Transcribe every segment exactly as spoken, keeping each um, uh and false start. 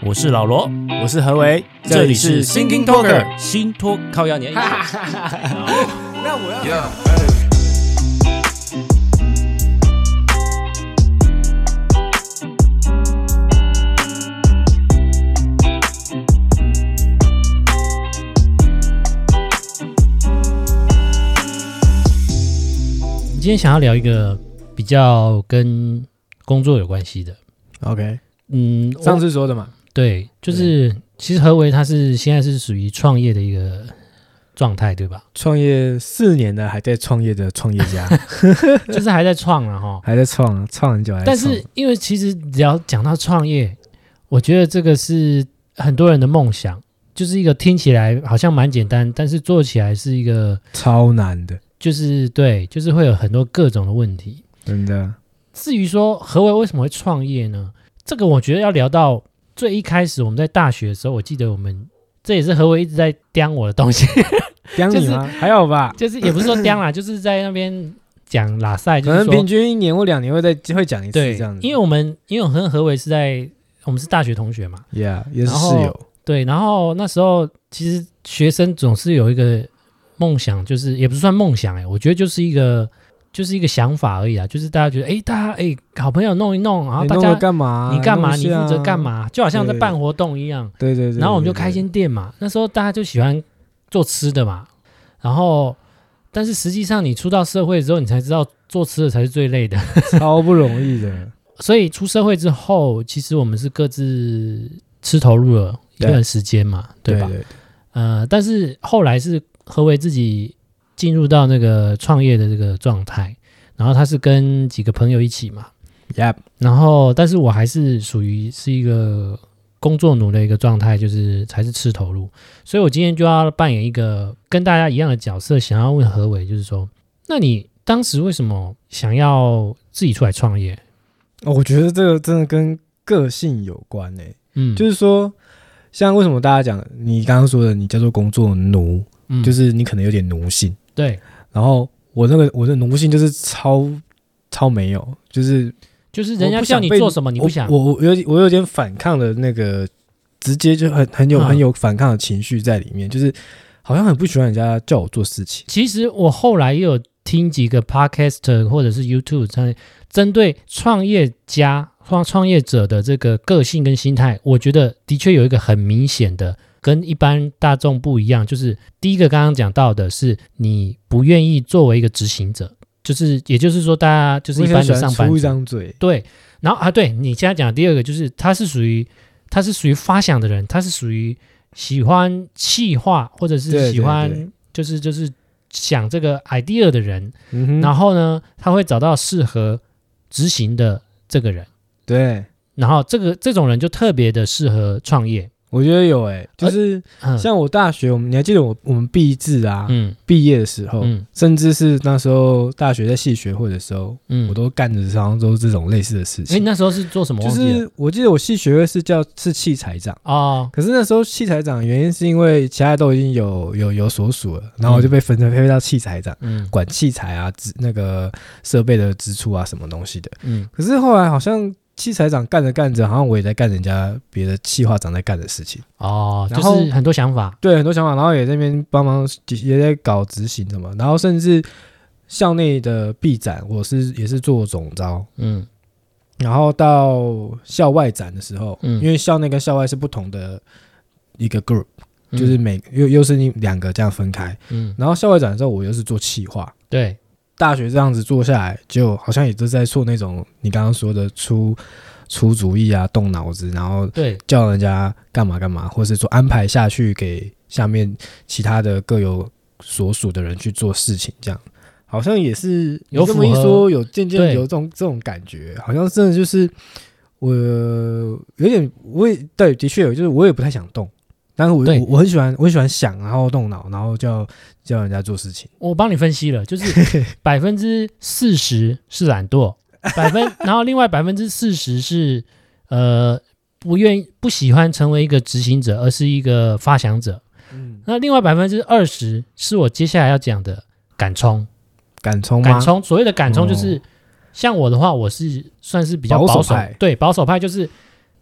我是老罗， 我是何为， 这里是 Thinking Talker 新托靠压年。 那我要、yeah. 今天想要聊一个比较跟工作有关系的 OK 嗯， 上次说的嘛， 对，就是其实何为他是现在是属于创业的一个状态，对吧？ 创业四年了还在创业的创业家就是还在创了齁， 还在创创很久还在创。 但是因为其实只要讲到创业，我觉得这个是很多人的梦想，就是一个听起来好像蛮简单，但是做起来是一个超难的， 就是对，就是会有很多各种的问题， 真的。 至于说何为为什么会创业呢？这个我觉得要聊到最一开始我们在大学的时候，我记得我们这也是何为一直在刁我的东西。 刁你吗？还好吧， 就是也不是说刁啦，就是在那边讲拉赛，就是可能平均一年或两年会再会讲一次这样子。 因为我们因为我和何为是在我们是大学同学嘛 ，Yeah， 也是室友。 对，然后那时候其实学生总是有一个梦想，就是也不是算梦想哎、欸，我觉得就是一个就是一个想法而已啊，就是大家觉得哎，大家哎好朋友弄一弄，然后大家干嘛？ 你干嘛？你负责干嘛？就好像在办活动一样。 对对 对, 对。 然后我们就开间店嘛，那时候大家就喜欢做吃的嘛，然后但是实际上你出到社会之后，你才知道做吃的才是最累的， 超不容易的。 所以出社会之后，其实我们是各自吃投入了一段时间嘛， 对, 对吧？对对对呃，但是后来是何为自己进入到那个创业的这个状态，然后他是跟几个朋友一起嘛 ，Yep， 然后但是我还是属于是一个工作奴的一个状态，就是才是吃投入，所以我今天就要扮演一个跟大家一样的角色，想要问何为，就是说，那你当时为什么想要自己出来创业？ 哦，我觉得这个真的跟个性有关诶、欸，嗯，就是说，像为什么大家讲你刚刚说的，你叫做工作奴，嗯，就是你可能有点奴性， 对， 然后我那个我的奴性就是超超没有，就是就是人家叫你做什么你不想， 我 我, 我有我有点反抗的那个，直接就很很有、嗯、很有反抗的情绪在里面，就是好像很不喜欢人家叫我做事情。 其实我后来也有听几个 podcast 或者是 YouTube 针对创业家创创业者的这个个性跟心态，我觉得的确有一个很明显的跟一般大众不一样，就是第一个刚刚讲到的是你不愿意作为一个执行者，就是也就是说大家就是一般的上班族， 出一张嘴， 对，然后啊对你现在讲的第二个就是他是属于他是属于发想的人，他是属于喜欢企划或者是喜欢对对对就是就是想这个 idea 的人、嗯、然后呢他会找到适合执行的这个人， 对， 然后这个这种人就特别的适合创业。 我觉得有诶、欸，就是像我大学，我们你还记得我我们毕制啊，嗯，毕业的时候、嗯，甚至是那时候大学在系学会的时候，嗯，我都干的好像都是这种类似的事情。 哎，那时候是做什么？ 就是我记得我系学会是叫是器材长哦，可是那时候器材长原因是因为其他都已经有有有所属了，然后我就被分成配到器材长，嗯，管器材啊，那个设备的支出啊，什么东西的，嗯，可是后来好像。器材长干着干着，好像我也在干人家别的企划长在干的事情哦，就是很多想法， 对，很多想法，然后也在那边帮忙，也在搞执行什么，然后甚至校内的毕展，我是也是做总召，嗯，然后到校外展的时候，嗯，因为校内跟校外是不同的一个 group，、嗯、就是每又又是两个这样分开，嗯，然后校外展的时候，我又是做企划， 对。 大学这样子做下来，就好像也是在做那种你刚刚说的出出主意啊，动脑子，然后对叫人家干嘛干嘛，或是说安排下去给下面其他的各有所属的人去做事情，这样好像也是有这么一说，有渐渐有这种这种感觉，好像真的就是我有点，我也对，的确有，就是我也不太想动。但是 我, 我, 我很喜欢，我很喜欢想，然后动脑，然后叫叫人家做事情。 我帮你分析了，就是百分之四十是懒惰，百分，然后另外百分之四十是呃不愿意、不喜欢成为一个执行者，而是一个发想者。嗯，那另外百分之二十是我接下来要讲的敢冲， 敢冲吗？ 敢冲，所谓的敢冲就是、哦、像我的话，我是算是比较保守， 保守派， 对，保守派就是。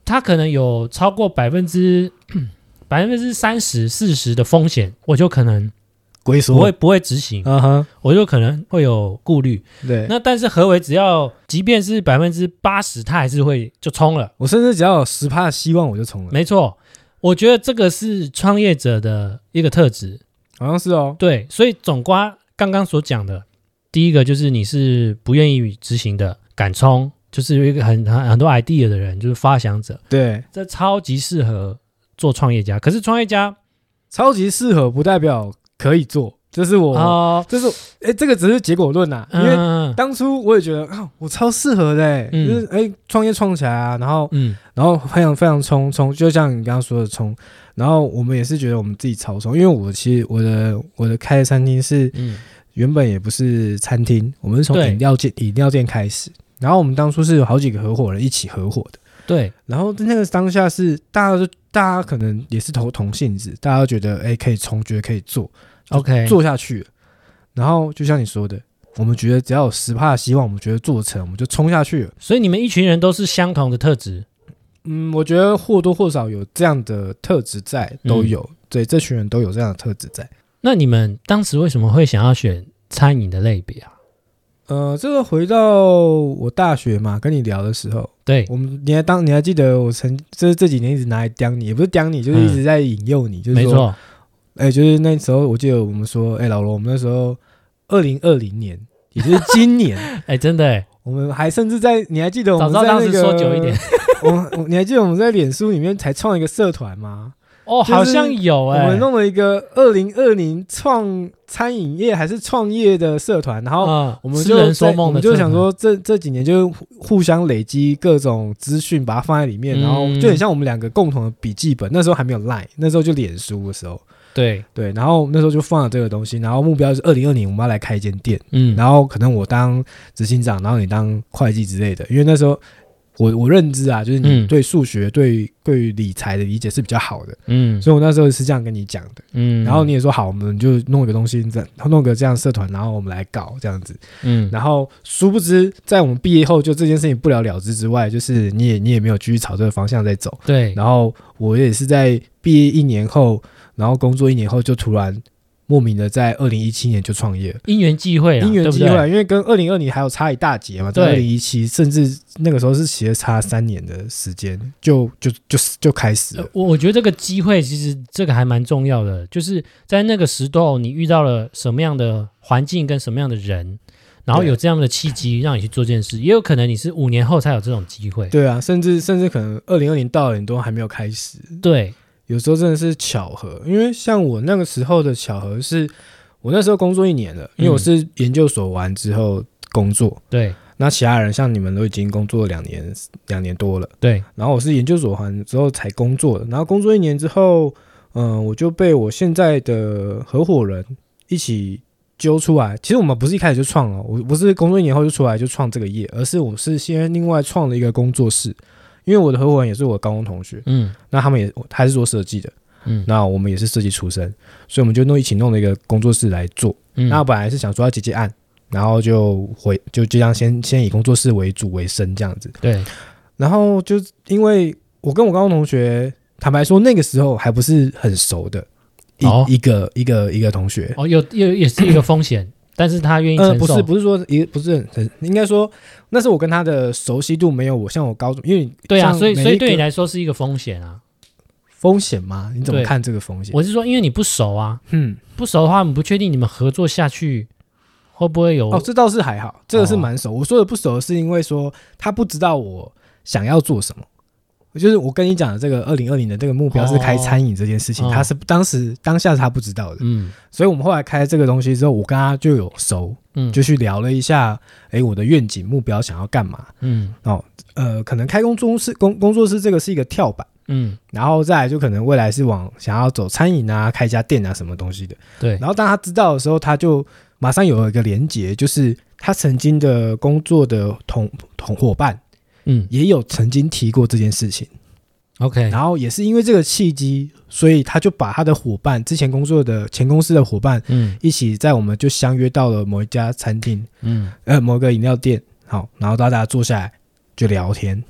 他可能有超过百分之百分之三十、四十的风险，我就可能龟缩不会不会执行， 嗯哼， 我就可能会有顾虑。 对， 那但是何为只要即便是百分之八十，他还是会就冲了。 我甚至只要有十趴的希望我就冲了。 没错，我觉得这个是创业者的一个特质。 好像是哦。 对，所以总括刚刚所讲的，第一个就是你是不愿意执行的，敢冲，就是有一个很很很多 idea 的人，就是发想者， 对， 这超级适合做创业家。可是创业家超级适合不代表可以做，这是我， 哦， 这是哎，这个只是结果论呐、因为嗯当初我也觉得啊，我超适合的、欸， 嗯就是哎，创业创起来啊，然后嗯然后非常非常冲冲，就像你刚刚说的冲，然后我们也是觉得我们自己超冲，因为我其实我的我的开的餐厅是嗯原本也不是餐厅，我们是从对饮料店饮料店开始，然后我们当初是有好几个合伙人一起合伙的， 对， 然后那个当下是大家都大家可能也是同同性质，大家都觉得哎可以冲，觉得可以做 OK 做下去了，然后就像你说的，我们觉得只要有十趴的希望，我们觉得做成，我们就冲下去了。 所以你们一群人都是相同的特质。 嗯，我觉得或多或少有这样的特质在，都有。嗯、对，这群人都有这样的特质在。 那你们当时为什么会想要选餐饮的类别啊？ 呃，这个回到我大学嘛，跟你聊的时候， 对我们你还当你还记得我曾这这几年一直拿来刁你，也不是刁你，就是一直在引诱你，嗯、就是说， 没错， 哎、欸，就是那时候我记得我们说，哎、欸，老罗，我们那时候二零二零年，也就是今年， 哎欸，真的哎、欸， 我们还甚至在你还记得我们在那个， 早知道当时说久一点。 我你还记得我们在脸书里面才创一个社团吗？ 哦，好像有哎、欸， 我们弄了一个二零二零创餐饮业还是创业的社团，然后我们就、嗯、我们就想说这这几年就互相累积各种资讯，把它放在里面，嗯、然后就很像我们两个共同的笔记本。那时候还没有 Line， 那时候就脸书的时候， 对对，然后那时候就放了这个东西，然后目标是二零二零我们要来开一间店， 嗯， 然后可能我当执行长，然后你当会计之类的，因为那时候。我我认知啊，就是你对数学、嗯、对对于理财的理解是比较好的，嗯，所以我那时候是这样跟你讲的，嗯，然后你也说好，我们就弄一个东西，弄个这样社团，然后我们来搞这样子，嗯，然后殊不知在我们毕业后，就这件事情不了了之之外，就是你也你也没有继续朝这个方向在走， 对， 然后我也是在毕业一年后，然后工作一年后就突然。莫名的在二零一七年就创业了， 因缘际会啊， 因缘际会， 对对， 因为跟二零二零还有差一大截嘛，在二零一七，甚至那个时候是其实差三年的时间，就就就就开始了。 呃、我我觉得这个机会其实这个还蛮重要的，就是在那个时候你遇到了什么样的环境跟什么样的人，然后有这样的契机让你去做这件事，也有可能你是五年后才有这种机会。 对啊，甚至甚至可能二零二零到了，你都还没有开始。 对。 有时候真的是巧合，因为像我那个时候的巧合是，我那时候工作一年了，因为我是研究所完之后工作，嗯、 对， 那其他人像你们都已经工作两年两年多了， 对， 然后我是研究所完之后才工作的，然后工作一年之后，嗯、呃，我就被我现在的合伙人一起揪出来。其实我们不是一开始就创了，我不是工作一年后就出来就创这个业，而是我是先另外创了一个工作室。因为我的合伙人也是我的高中同学，嗯，那他们也他是做设计的，嗯，那我们也是设计出身，所以我们就弄一起弄了一个工作室来做。嗯、那我本来是想说要接接案，然后就回就这样先先以工作室为主为生这样子。 对， 然后就因为我跟我高中同学，坦白说那个时候还不是很熟的一、哦、一个一个一个同学， 哦，有有也是一个风险。但是他愿意承受， 呃，不是不是说也不是很，应该说那是我跟他的熟悉度没有我像我高中，因为对啊，所以所以对你来说是一个风险啊， 风险吗？你怎么看这个风险？ 我是说，因为你不熟啊，嗯，不熟的话，你不确定你们合作下去会不会有哦，这倒是还好，这个是蛮熟。哦、我说的不熟是因为说他不知道我想要做什么。就是我跟你讲的这个二零二零的这个目标是开餐饮这件事情，哦、他是当时当下是他不知道的，嗯，所以我们后来开这个东西之后，我跟他就有熟，嗯，就去聊了一下，哎，我的愿景目标想要干嘛，嗯，哦，呃，可能开工作室工工作室这个是一个跳板，嗯，然后再来就可能未来是往想要走餐饮啊，开一家店啊什么东西的， 对， 然后当他知道的时候，他就马上有一个连结，就是他曾经的工作的同同伙伴。嗯，也有曾经提过这件事情 ，OK， 然后也是因为这个契机，所以他就把他的伙伴，之前工作的前公司的伙伴，嗯，一起在我们就相约到了某一家餐厅，嗯，呃，某个饮料店，好，然后大家坐下来就聊天，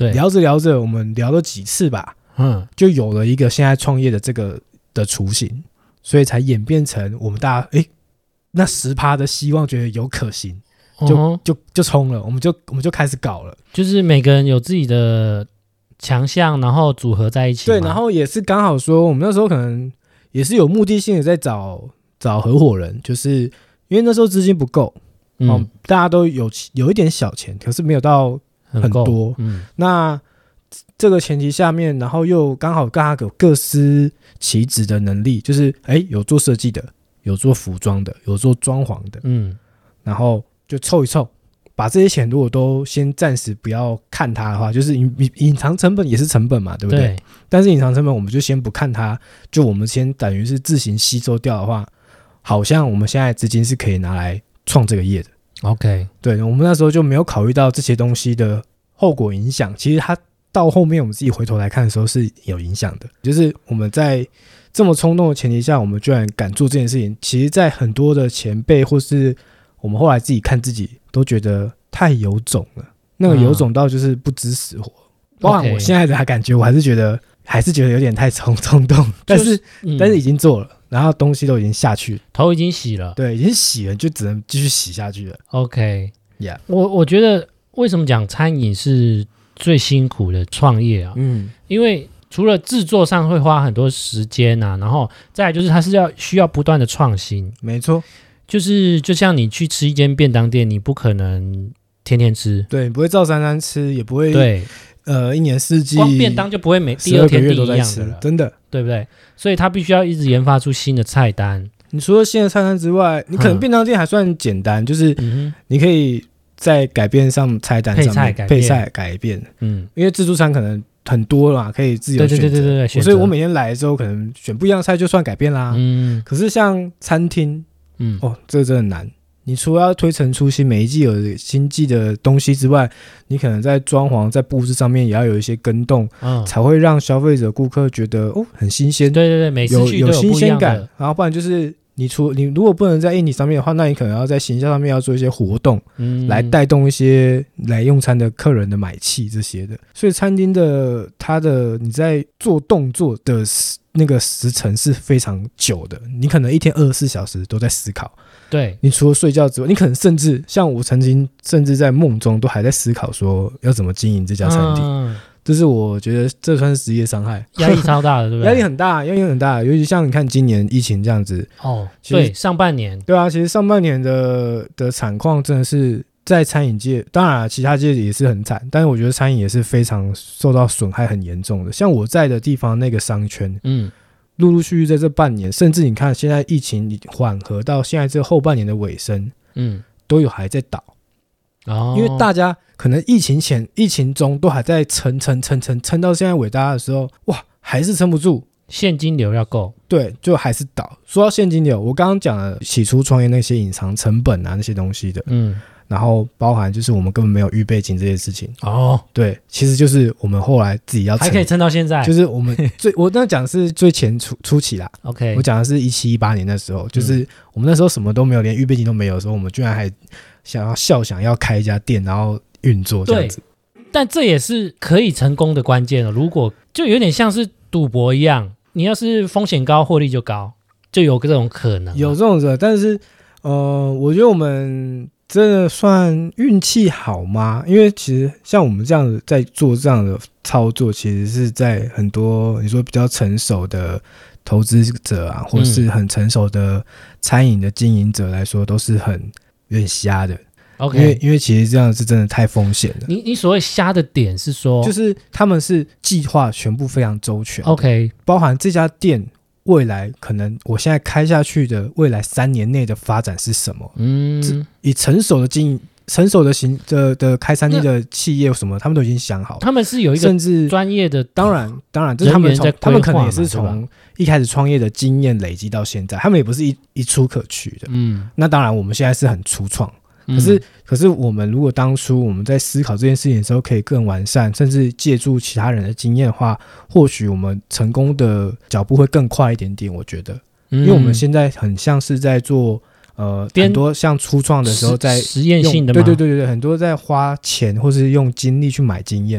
对， 聊着聊着，我们聊了几次吧，嗯，就有了一个现在创业的这个的雏形，所以才演变成我们大家哎，那 百分之十 的希望觉得有可行，就、嗯、就就冲了，我们就我们就开始搞了， 就是每个人有自己的强项，然后组合在一起。 对，然后也是刚好说，我们那时候可能也是有目的性的在找找合伙人，就是因为那时候资金不够，嗯、哦，大家都有有一点小钱，可是没有到很多。嗯，那这个前提下面，然后又刚好大家有各司其职的能力，就是哎，有做设计的，有做服装的，有做装潢的，嗯，然后就凑一凑。把这些钱如果都先暂时不要看它的话，就是隐隐藏成本也是成本嘛，对不对？对，但是隐藏成本我们就先不看它，就我们先等于是自行吸收掉的话，好像我们现在资金是可以拿来创这个业的。 OK， 对，我们那时候就没有考虑到这些东西的后果影响。其实它到后面我们自己回头来看的时候是有影响的，就是我们在这么冲动的前提下，我们居然敢做这件事情。其实，在很多的前辈或是我们后来自己看自己都觉得太有种了，那个有种到就是不知死活。嗯、包含我现在的感觉，我还是觉得还是觉得有点太冲冲动，但是、就是嗯、但是已经做了，然后东西都已经下去了， 头已经洗了， 对，已经洗了，就只能继续洗下去了。 OK， yeah. 我我觉得为什么讲餐饮是最辛苦的创业啊？嗯，因为除了制作上会花很多时间啊，然后再来就是它是要需要不断的创新， 没错。 就是就像你去吃一间便当店，你不可能天天吃， 对，不会照三餐吃，也不会对， 呃，一年四季光便当就不会每第二天订一样的了， 真的， 对不对？所以他必须要一直研发出新的菜单。 你除了新的菜单之外，你可能便当店还算简单，嗯、就是你可以在改变上菜单上面配菜改变，配菜改变，嗯，因为自助餐可能很多啦，可以自由选择， 对对对对对， 所以我每天来的时候可能选不一样的菜就算改变啦。嗯，可是像餐厅。嗯，哦，这个真的很难。你除了要推陈出新，每一季有新季的东西之外，你可能在装潢、在布置上面也要有一些更动，嗯、才会让消费者、顾客觉得哦很新鲜。 对对对，每次去有都有新鲜感。 然后不然就是你除你如果不能在硬体上面的话，那你可能要在行销上面要做一些活动，嗯，来带动一些来用餐的客人的买气这些的。所以餐厅的它的你在做动作的那个时程是非常久的，你可能一天二十四小时都在思考。 对， 你除了睡觉之外，你可能甚至像我曾经甚至在梦中都还在思考说要怎么经营这家餐厅。嗯，这是我觉得这算是职业伤害， 压力超大的，对不对？ 压力很大，压力很大，尤其像你看今年疫情这样子。 哦，对，上半年， 对啊，其实上半年的的惨况真的是在餐饮界，当然其他界也是很惨，但是我觉得餐饮也是非常受到损害很严重的。像我在的地方那个商圈，嗯。陆陆续续在这半年，甚至你看现在疫情缓和到现在这后半年的尾声，嗯，都有还在倒，哦，因为大家可能疫情前、疫情中都还在撑撑撑撑撑到现在尾大的时候，哇，还是撑不住， 现金流要够， 对，就还是倒。说到现金流，我刚刚讲了起初创业那些隐藏成本啊那些东西的，嗯。然后包含就是我们根本没有预备金这些事情哦，对，其实就是我们后来自己要还可以撑到现在， 就是我们最我那讲是最前初初期啦 ，OK， 我讲的是一七一八年的时候，就是我们那时候什么都没有，连预备金都没有的时候，我们居然还想要笑想要开一家店，然后运作这样子。 但这也是可以成功的关键了。如果就有点像是赌博一样，你要是风险高，获利就高，就有这种可能， 有这种的。但是呃，我觉得我们。真的算运气好吗？因为其实像我们这样子在做这样的操作，其实是在很多你说比较成熟的投资者啊，或是很成熟的餐饮的经营者来说，都是很有点瞎的。OK， 因为因为其实这样是真的太风险了。 你你所谓瞎的点是说， 就是他们是计划全部非常周全。 OK， 包含这家店。未来可能我现在开下去的未来三年内的发展是什么？嗯，以成熟的经营、成熟的行的的开餐厅的企业什么，他们都已经想好。 他们是有一个甚至专业的， 当然当然，这是他们从他们可能也是从一开始创业的经验累积到现在，他们也不是一一出可取的。嗯，那当然我们现在是很初创。可是、嗯，可是我们如果当初我们在思考这件事情的时候，可以更完善，甚至借助其他人的经验的话，或许我们成功的脚步会更快一点点。我觉得，嗯、因为我们现在很像是在做呃很多像初创的时候在实验性的嘛， 对对对对对，很多在花钱或是用精力去买经验。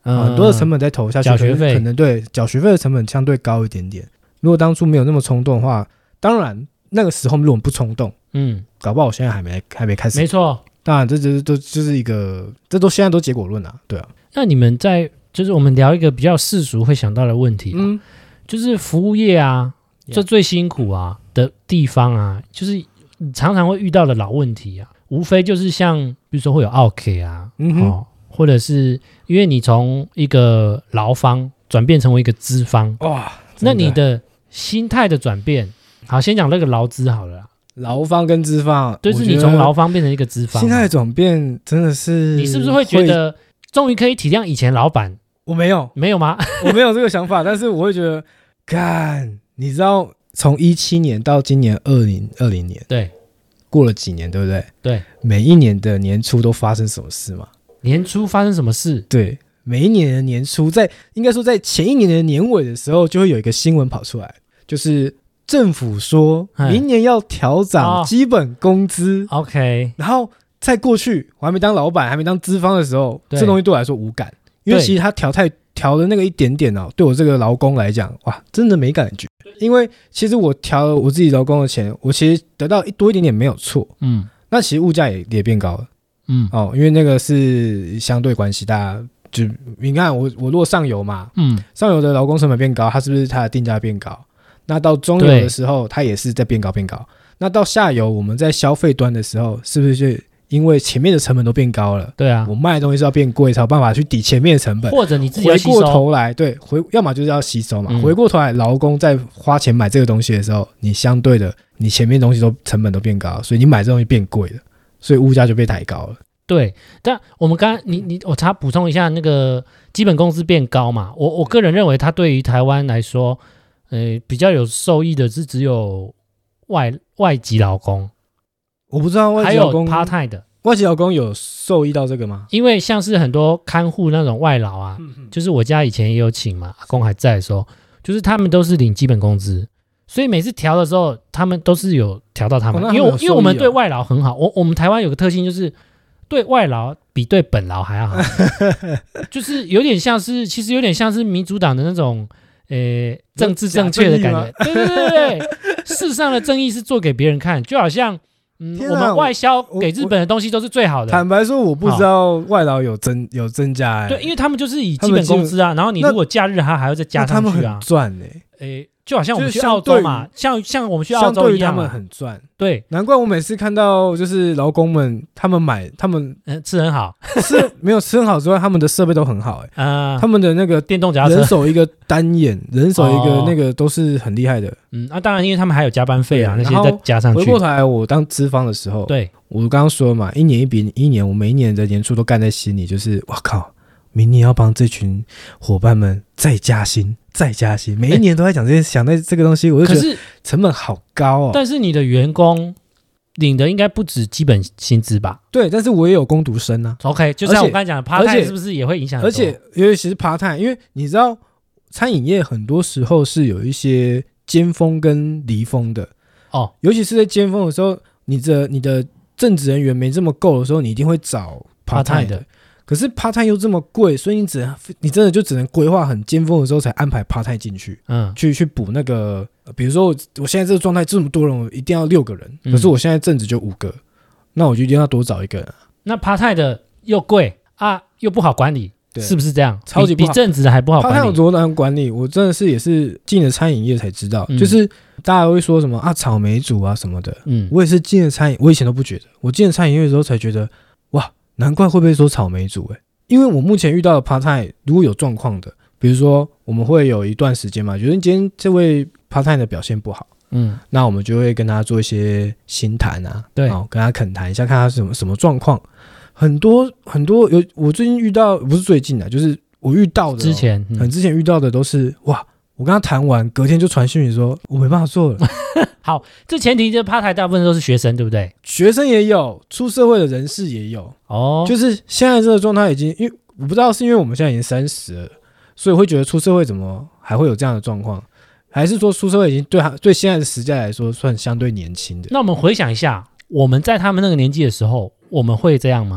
嗯， 很多的成本再投下去， 缴学费可能对缴学费的成本相对高一点点。如果当初没有那么冲动的话，当然那个时候如果不冲动，嗯，搞不好我现在还没还没开始。 没错， 当然这就是都就是一个，这都现在都结果论啊，对啊。 那你们在就是我们聊一个比较世俗会想到的问题、啊，嗯，就是服务业啊，这最辛苦啊的地方啊，就是常常会遇到的老问题啊，无非就是像比如说会有奥 K 啊，嗯哦，或者是因为你从一个劳方转变成为一个资方，哇，那你的心态的转变，好，先讲那个劳资好了啦。 劳方跟资方， 就是你从劳方变成一个资方， 心态的转变真的是， 你是不是会觉得终于可以体谅以前老板？ 我没有， 没有吗？ 我没有这个想法，但是我会觉得，干，你知道从一七年到今年二零二零年， 对， 过了几年，对不对？ 对， 每一年的年初都发生什么事吗？ 年初发生什么事？ 对，每一年的年初，在应该说在前一年的年尾的时候，就会有一个新闻跑出来，就是政府说明年要调涨基本工资、 哦、OK， 然后在过去我还没当老板还没当资方的时候，这东西对我来说无感，因为其实他调太调的那个一点点哦，对我这个劳工来讲，哇，真的没感觉。因为其实我调了我自己劳工的钱，我其实得到多一点点没有错，嗯，那其实物价也也变高了，嗯，哦，因为那个是相对关系，大家就你看我我如果上游嘛，嗯，上游的劳工成本变高，它是不是它的定价变高？那到中游的时候，它也是在变高变高。那到下游，我们在消费端的时候，是不是就因为前面的成本都变高了？对啊，我卖的东西是要变贵，才有办法去抵前面的成本， 或者你自己要吸收。 回过头来，对，回要么就是要吸收嘛。嗯、回过头来，劳工在花钱买这个东西的时候，你相对的，你前面东西都成本都变高，所以你买这东西变贵了，所以物价就被抬高了。 对，但我们刚刚你你我查补充一下，那个基本工资变高嘛，我我个人认为它对于台湾来说。呃，比较有受益的是只有外外籍劳工， 我不知道外籍劳工还有 part time 的外籍劳工有受益到这个吗？ 因为像是很多看护那种外劳啊，嗯、就是我家以前也有请嘛，阿公还在的时候，就是他们都是领基本工资，所以每次调的时候，他们都是有调到他们，哦、因为因为我们对外劳很好，我我们台湾有个特性就是对外劳比对本劳还要好，就是有点像是，其实有点像是民主党的那种。呃，政治正确的感觉，对对对对，世上的正义是做给别人看，就好像，嗯，我们外销给日本的东西都是最好的。 坦白说，我不知道外劳有增有增加、欸， 对，因为他们就是以基本工资啊，然后你如果假日他还要再加上去啊， 他们很赚哎、 欸，诶。就好像我们去澳洲嘛，像像我们去澳洲一样、啊， 他们很赚。 对， 难怪我每次看到就是劳工们，他们买他们、 嗯、吃很好， 吃没有吃很好之外，他们的设备都很好、欸，哎、呃，他们的那个电动脚踏车， 人手一个单眼，人手一个那个都是很厉害的。 嗯，那、啊、当然，因为他们还有加班费啊，那些再加上去。 回过头来，我当资方的时候， 对我刚刚说嘛，一年一比一年，我每一年的年初都干在心里，就是我靠。明年要帮这群伙伴们再加薪，再加薪，每一年都在讲这些，欸、想在这个东西，我就觉得成本好高哦。 但是你的员工领的应该不止基本薪资吧？ 对，但是我也有工读生啊。 OK， 就像我刚才讲的 part time 是不是也会影响很多？ 而且尤其是 part time， 因为你知道餐饮业很多时候是有一些尖峰跟离峰的哦，尤其是在尖峰的时候，你的你的正职人员没这么够的时候，你一定会找 part time 的。可是 part time 又这么贵，所以你只能你真的就只能规划很尖峰的时候才安排 part time 进去，嗯，去去补那个，比如说我我现在这个状态这么多人，我一定要六个人，嗯、可是我现在正职就五个，那我就一定要多找一个人、啊。 那 part time 的又贵啊，又不好管理，是不是这样？ 超级不好， 比正职还不好管理。 part time 有多难管理？我真的是也是进了餐饮业才知道，嗯、就是大家会说什么啊草莓组啊什么的，嗯，我也是进了餐饮，我以前都不觉得，我进了餐饮业的时候才觉得，哇。难怪会被说草莓族欸，因为我目前遇到的 part time 如果有状况的，比如说我们会有一段时间嘛，觉得今天这位 part time 的表现不好，嗯，那我们就会跟他做一些心谈啊，对，哦，跟他恳谈一下，看他什么什么状况。很多很多有我最近遇到，不是最近的，就是我遇到的、哦， 之前、嗯、 很之前遇到的都是哇。我跟他谈完，隔天就传讯息说，我没办法做了。 好，这前提就是 part time 大部分都是学生，对不对？ 学生也有，出社会的人士也有。哦，就是现在这个状态已经，因为我不知道是因为我们现在已经三十了，所以会觉得出社会怎么还会有这样的状况，还是说出社会已经对他对现在的时代来说算相对年轻的？ 那我们回想一下，我们在他们那个年纪的时候，我们会这样吗？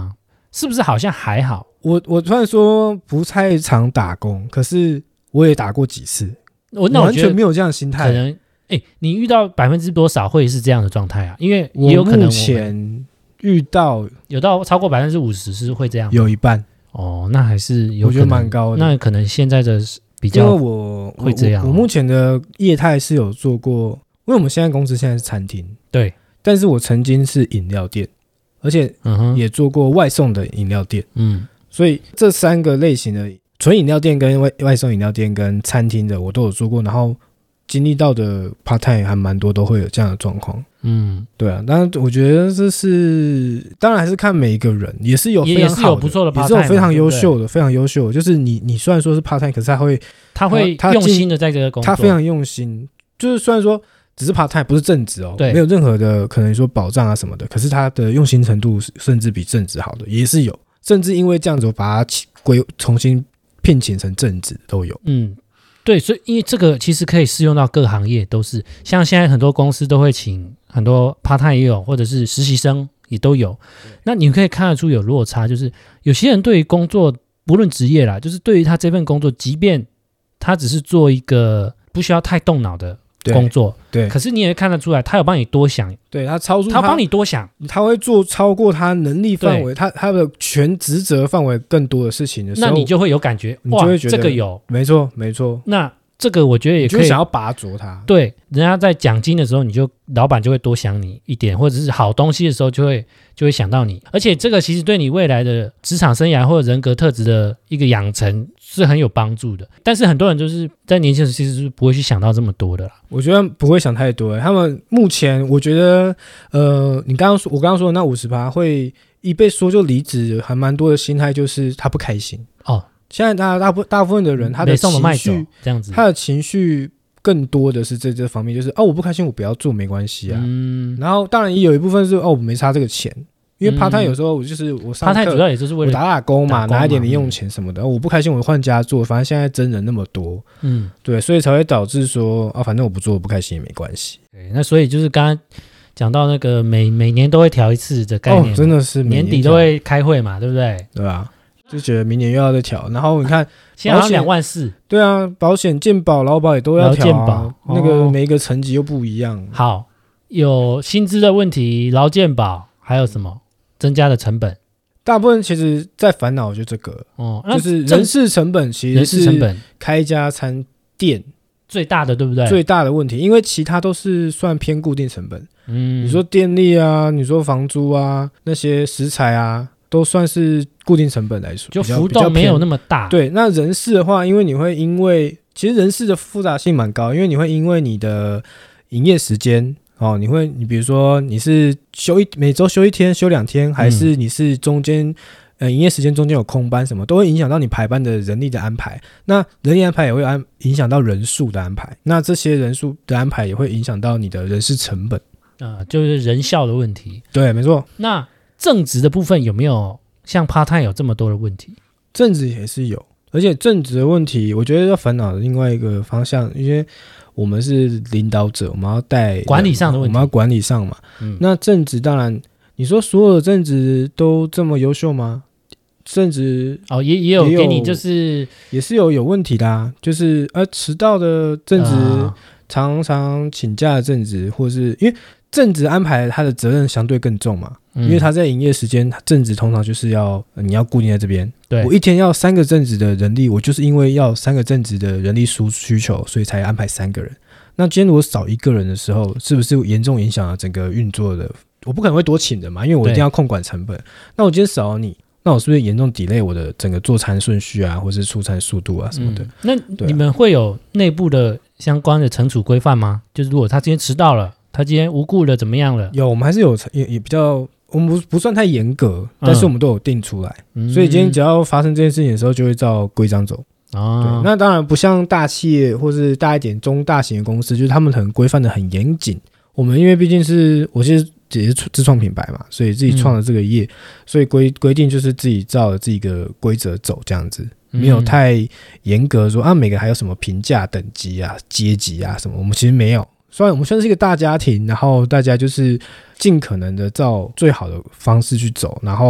是不是好像还好？ 我我虽然说不太常打工，可是我也打过几次， 我那我完全没有这样的心态。 可能哎，你遇到百分之多少会是这样的状态啊？因为也有可能我目前遇到有到超过百分之五十是会这样， 有一半哦，那还是有可能， 我觉得蛮高的。 那可能现在的比较， 因为我会这样、哦我。我目前的业态是有做过，因为我们现在公司现在是餐厅， 对， 但是我曾经是饮料店，而且也做过外送的饮料店， 嗯， 所以这三个类型的纯饮料店跟外外送饮料店跟餐厅的我都有做过，然后经历到的 part time 还蛮多都会有这样的状况。 嗯， 对啊，当然我觉得这是当然还是看每一个人，也是有非常好的， 也是有不错的 part time， 也是有非常优秀的，非常优秀的。就是你你虽然说是 part time， 可是他会他会用心的在这个工作， 他非常用心。就是虽然说只是 part time， 不是正职哦，没有任何的可能说保障啊什么的，可是他的用心程度甚至比正职好的也是有，甚至因为这样子我把他归重新聘请成正职都有。 嗯。对，所以因为这个其实可以适用到各行业，都是像现在很多公司都会请很多 part time 也有，或者是实习生也都有。那你可以看得出有落差，就是有些人对于工作不论职业啦，就是对于他这份工作，即便他只是做一个不需要太动脑的工作， 对， 对， 可是你也看得出来，他有帮你多想， 对，他超出他， 他帮你多想， 他会做超过他能力范围，他他的全职责范围更多的事情的时候， 那你就会有感觉， 你就会觉得哇，这个有， 没错没错。 那这个我觉得也可以， 你就想要拔擢他。 对，人家在奖金的时候，你就老板就会多想你一点，或者是好东西的时候就会就会想到你，而且这个其实对你未来的职场生涯或者人格特质的一个养成是很有帮助的。但是很多人就是在年轻的时候其实是不会去想到这么多的啦。 我觉得不会想太多，他们目前我觉得，呃，你刚刚说我刚刚说的那 百分之五十 会一被说就离职，还蛮多的心态就是他不开心哦。现在大大部大部分的人，他的情绪这样子， 他的情绪更多的是在这方面，就是哦，我不开心，我不要做，没关系啊。嗯，然后当然也有一部分是哦，我没差这个钱，因为 part time 有时候我就是我上课 part time 主要也就是为了打打工嘛，拿一点零用钱什么的。我不开心，我换家做，反正现在真人那么多，嗯，对，所以才会导致说啊，反正我不做，我不开心也没关系。 对，那所以就是刚刚讲到那个每每年都会调一次的概念， 哦，真的是年底都会开会嘛，对不对？ 对吧？就觉得明年又要再调，然后你看， 现在好像两万四， 对啊，保险、健保、劳保也都要调啊，哦、那个每一个层级又不一样。 好，有薪资的问题，劳健保，还有什么增加的成本？ 大部分其实在烦恼就这个，哦，就是人事成本，其实是开一家餐店最大的，对不对？ 最大的问题，因为其他都是算偏固定成本。嗯，你说电力啊，你说房租啊，那些食材啊。都算是固定成本来说， 就浮动没有那么大。 对，那人事的话，因为你会因为其实人事的复杂性蛮高，因为你会因为你的营业时间哦，你会你比如说你是休一每周休一天、休两天，还是你是中间、嗯、呃营业时间中间有空班什么，都会影响到你排班的人力的安排。那人力安排也会安影响到人数的安排，那这些人数的安排也会影响到你的人事成本啊、呃，就是人效的问题。 对，没错。 那正职的部分有没有像 part time 有这么多的问题？ 正职也是有，而且正职的问题，我觉得要烦恼的另外一个方向，因为我们是领导者，我们要带管理上的问题， 我们要管理上嘛。嗯、那正职当然，你说所有的正职都这么优秀吗？正职哦，也也有给你就是也是有有问题的、啊，就是呃迟到的正职，呃、常常请假的正职，或是因为。正职安排他的责任相对更重嘛，嗯、因为他在营业时间，正职通常就是要你要固定在这边。对，我一天要三个正职的人力，我就是因为要三个正职的人力需需求，所以才安排三个人。那今天如果少一个人的时候，是不是严重影响了整个运作的？我不可能会多请人嘛，因为我一定要控管成本。那我今天少了你，那我是不是严重 delay 我的整个做餐顺序啊，或是出餐速度啊什么的？ 嗯、那你们会有内部的相关的惩处规范吗？就是如果他今天迟到了。他今天无故的怎么样了？ 有，我们还是有也也比较，我们 不, 不算太严格，但是我们都有定出来，嗯、所以今天只要发生这件事情的时候，就会照规章走。哦，对，那当然不像大企业或是大一点中大型的公司，就是他们很规范的很严谨。我们因为毕竟是我其实也是自创品牌嘛，所以自己创了这个业，嗯、所以规规定就是自己照着自己的规则走这样子。没有太严格说啊，每个还有什么评价等级啊、阶级啊什么，我们其实没有。虽然我们算是一个大家庭，然后大家就是尽可能的照最好的方式去走，然后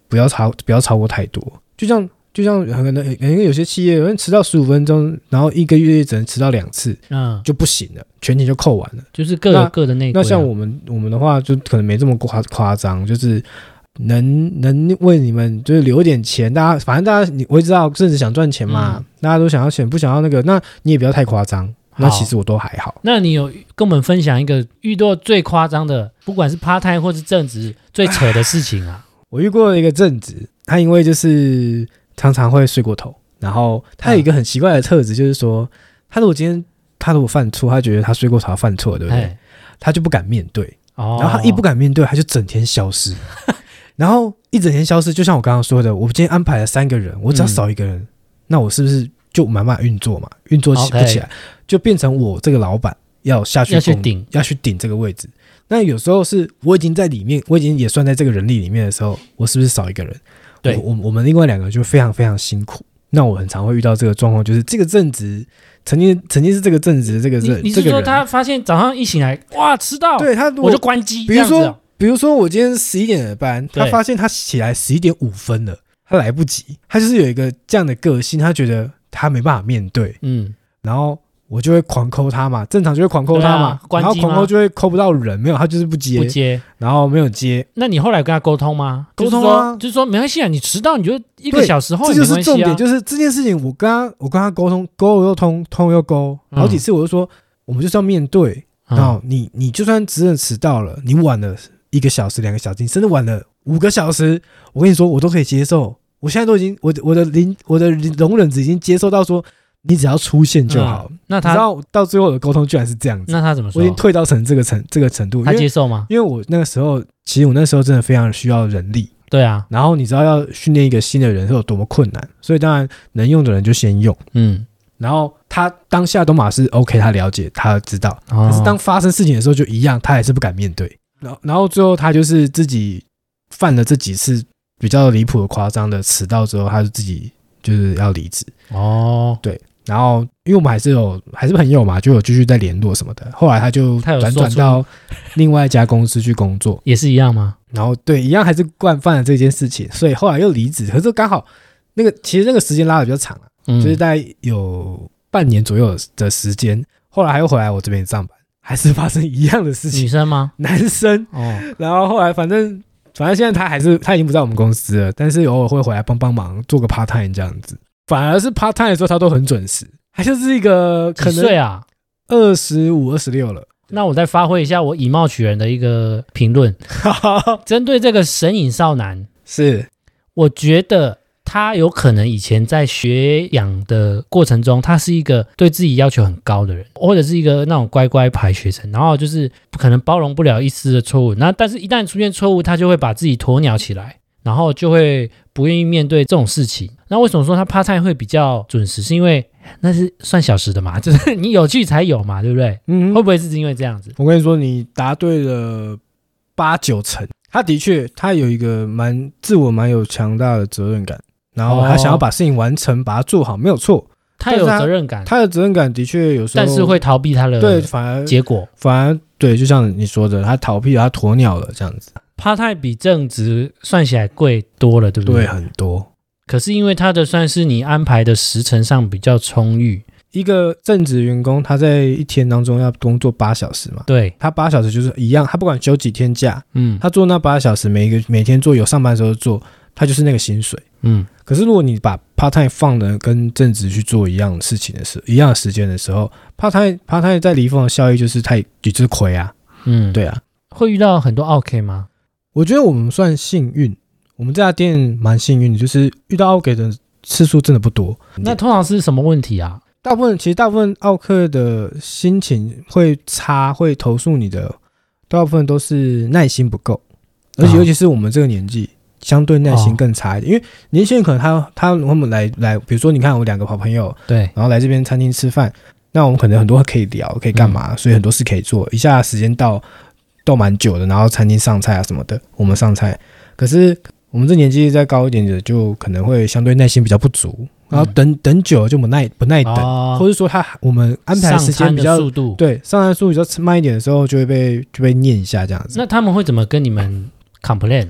不要超不要超过太多，就像就像可能可能有些企业有人迟到十五分钟，然后一个月只能迟到两次，嗯，就不行了，全勤就扣完了， 就是各有各的内规、啊。 那像我们我们的话，就可能没这么夸夸张，就是能能为你们就是留一点钱，大家反正大家你我也知道，甚至想赚钱嘛、嗯，大家都想要钱，不想要那个，那你也不要太夸张。那其实我都还好。 那你有跟我们分享一个遇到最夸张的，不管是 part time 或是正职最扯的事情啊？ 我遇过一个正职，他因为就是常常会睡过头，然后他有一个很奇怪的特质，就是说，他如果今天他如果犯错，他觉得他睡过头犯错，对不对？他就不敢面对，哦、然后他一不敢面对，他就整天消失，然后一整天消失，就像我刚刚说的，我今天安排了三个人，我只要少一个人，嗯、那我是不是就没办法运作嘛？运作起不起来， okay. 就变成我这个老板要下去要去顶， 要去顶这个位置。那有时候是我已经在里面，我已经也算在这个人力里面的时候，我是不是少一个人？对，我我们另外两个就非常非常辛苦。那我很常会遇到这个状况，就是这个正职曾经曾经是这个正职的这个人， 你是说他发现早上一醒来，哇，迟到， 对他我就关机。 比如说，哦、比如说我今天十一点的班，他发现他起来十一点五分了，他来不及，他就是有一个这样的个性，他觉得他没办法面对，嗯，然后我就会狂扣他嘛，正常就会狂扣他嘛，啊、然后狂扣就会扣不到人，没有，他就是不接， 不接， 然后没有接。 那你后来跟他沟通吗？ 沟通啊， 就是说，就是说没关系啊，你迟到你就一个小时后也没关系啊。 这就是重点，就是这件事情，我跟他我跟他沟通，沟又通，通又沟，好几次我就说，嗯、我们就是要面对，然后你你就算真的迟到了，你晚了一个小时、两个小时，你甚至晚了五个小时，我跟你说，我都可以接受。我现在都已经，我我的零我的容忍值已经接受到说，你只要出现就好。嗯、那他你知道到最后的沟通居然是这样子， 那他怎么说？ 我已经退到成这个程这个程度， 他接受吗？ 因为我那个时候，其实我那时候真的非常需要人力。 对啊， 然后你知道要训练一个新的人是有多么困难，所以当然能用的人就先用。嗯，然后他当下都马是 OK， 他了解，他知道。哦、可是当发生事情的时候就一样，他还是不敢面对。然后，然后最后他就是自己犯了这几次比较离谱的夸张的迟到之后，他就自己就是要离职哦，对，然后因为我们还是有还是朋友嘛，就有继续在联络什么的。后来他就转转到另外一家公司去工作， 也是一样吗？ 然后对，一样还是惯犯了这件事情，所以后来又离职。可是刚好那个其实那个时间拉的比较长、啊嗯、就是大概有半年左右的时间。后来还又回来我这边上班，还是发生一样的事情。 女生吗？ 男生哦。然后后来反正。反正现在他还是他已经不在我们公司了，但是偶尔会回来帮帮忙，做个 part time 这样子。反而是 part time 的时候，他都很准时。他就是一个可能几岁啊？ 二十五、二十六了。 那我再发挥一下我以貌取人的一个评论，针对这个神隐少男， 是我觉得他有可能以前在学养的过程中，他是一个对自己要求很高的人，或者是一个那种乖乖牌学生，然后就是可能包容不了一丝的错误，那但是一旦出现错误，他就会把自己鸵鸟起来，然后就会不愿意面对这种事情。那为什么说他 part time 会比较准时？是因为那是算小时的嘛，就是你有趣才有嘛，对不对？嗯，会不会是因为这样子？ 我跟你说，你答对了八九成。他的确，他有一个蛮自我蛮有强大的责任感。然后他想要把事情完成，把它做好，没有错。 他有责任感， 他的责任感的确有时候， 但是会逃避他的对，反而结果， 反而对，就像你说的，他逃避，他鸵鸟了这样子。 part time比正职算起来贵多了，对不对？ 对，很多。 可是因为他的算是你安排的时程上比较充裕。 一个正职员工，他在一天当中要工作八小时嘛？对，他八小时就是一样，他不管休几天假，嗯，他做那八小时，每一个每天做有上班的时候做。他就是那个薪水，嗯。可是如果你把 part time 放的跟正职去做一样的事情的时候，一样的时间的时候 ，part time part time 在离峰的效益就是太就是亏啊，嗯，对啊。 会遇到很多 OK 吗？ 我觉得我们算幸运，我们这家店蛮幸运的，就是遇到 OK 的次数真的不多。 那通常是什么问题啊？ 大部分其实大部分奥客的心情会差，会投诉你的，大部分都是耐心不够，而且尤其是我们这个年纪。相对耐心更差一点，哦、因为年轻人可能他他我们来来，比如说你看我两个好朋友，对，然后来这边餐厅吃饭，那我们可能很多可以聊，可以干嘛，嗯、所以很多事可以做，一下时间到到蛮久的，然后餐厅上菜啊什么的，我们上菜，可是我们这年纪再高一点的，就可能会相对耐心比较不足，然后等、嗯、等久了就不耐不耐等，哦、或者说他我们安排的时间比较速度， 对，上餐速度比较慢一点的时候，就会被就被念一下这样子。 那他们会怎么跟你们 complain？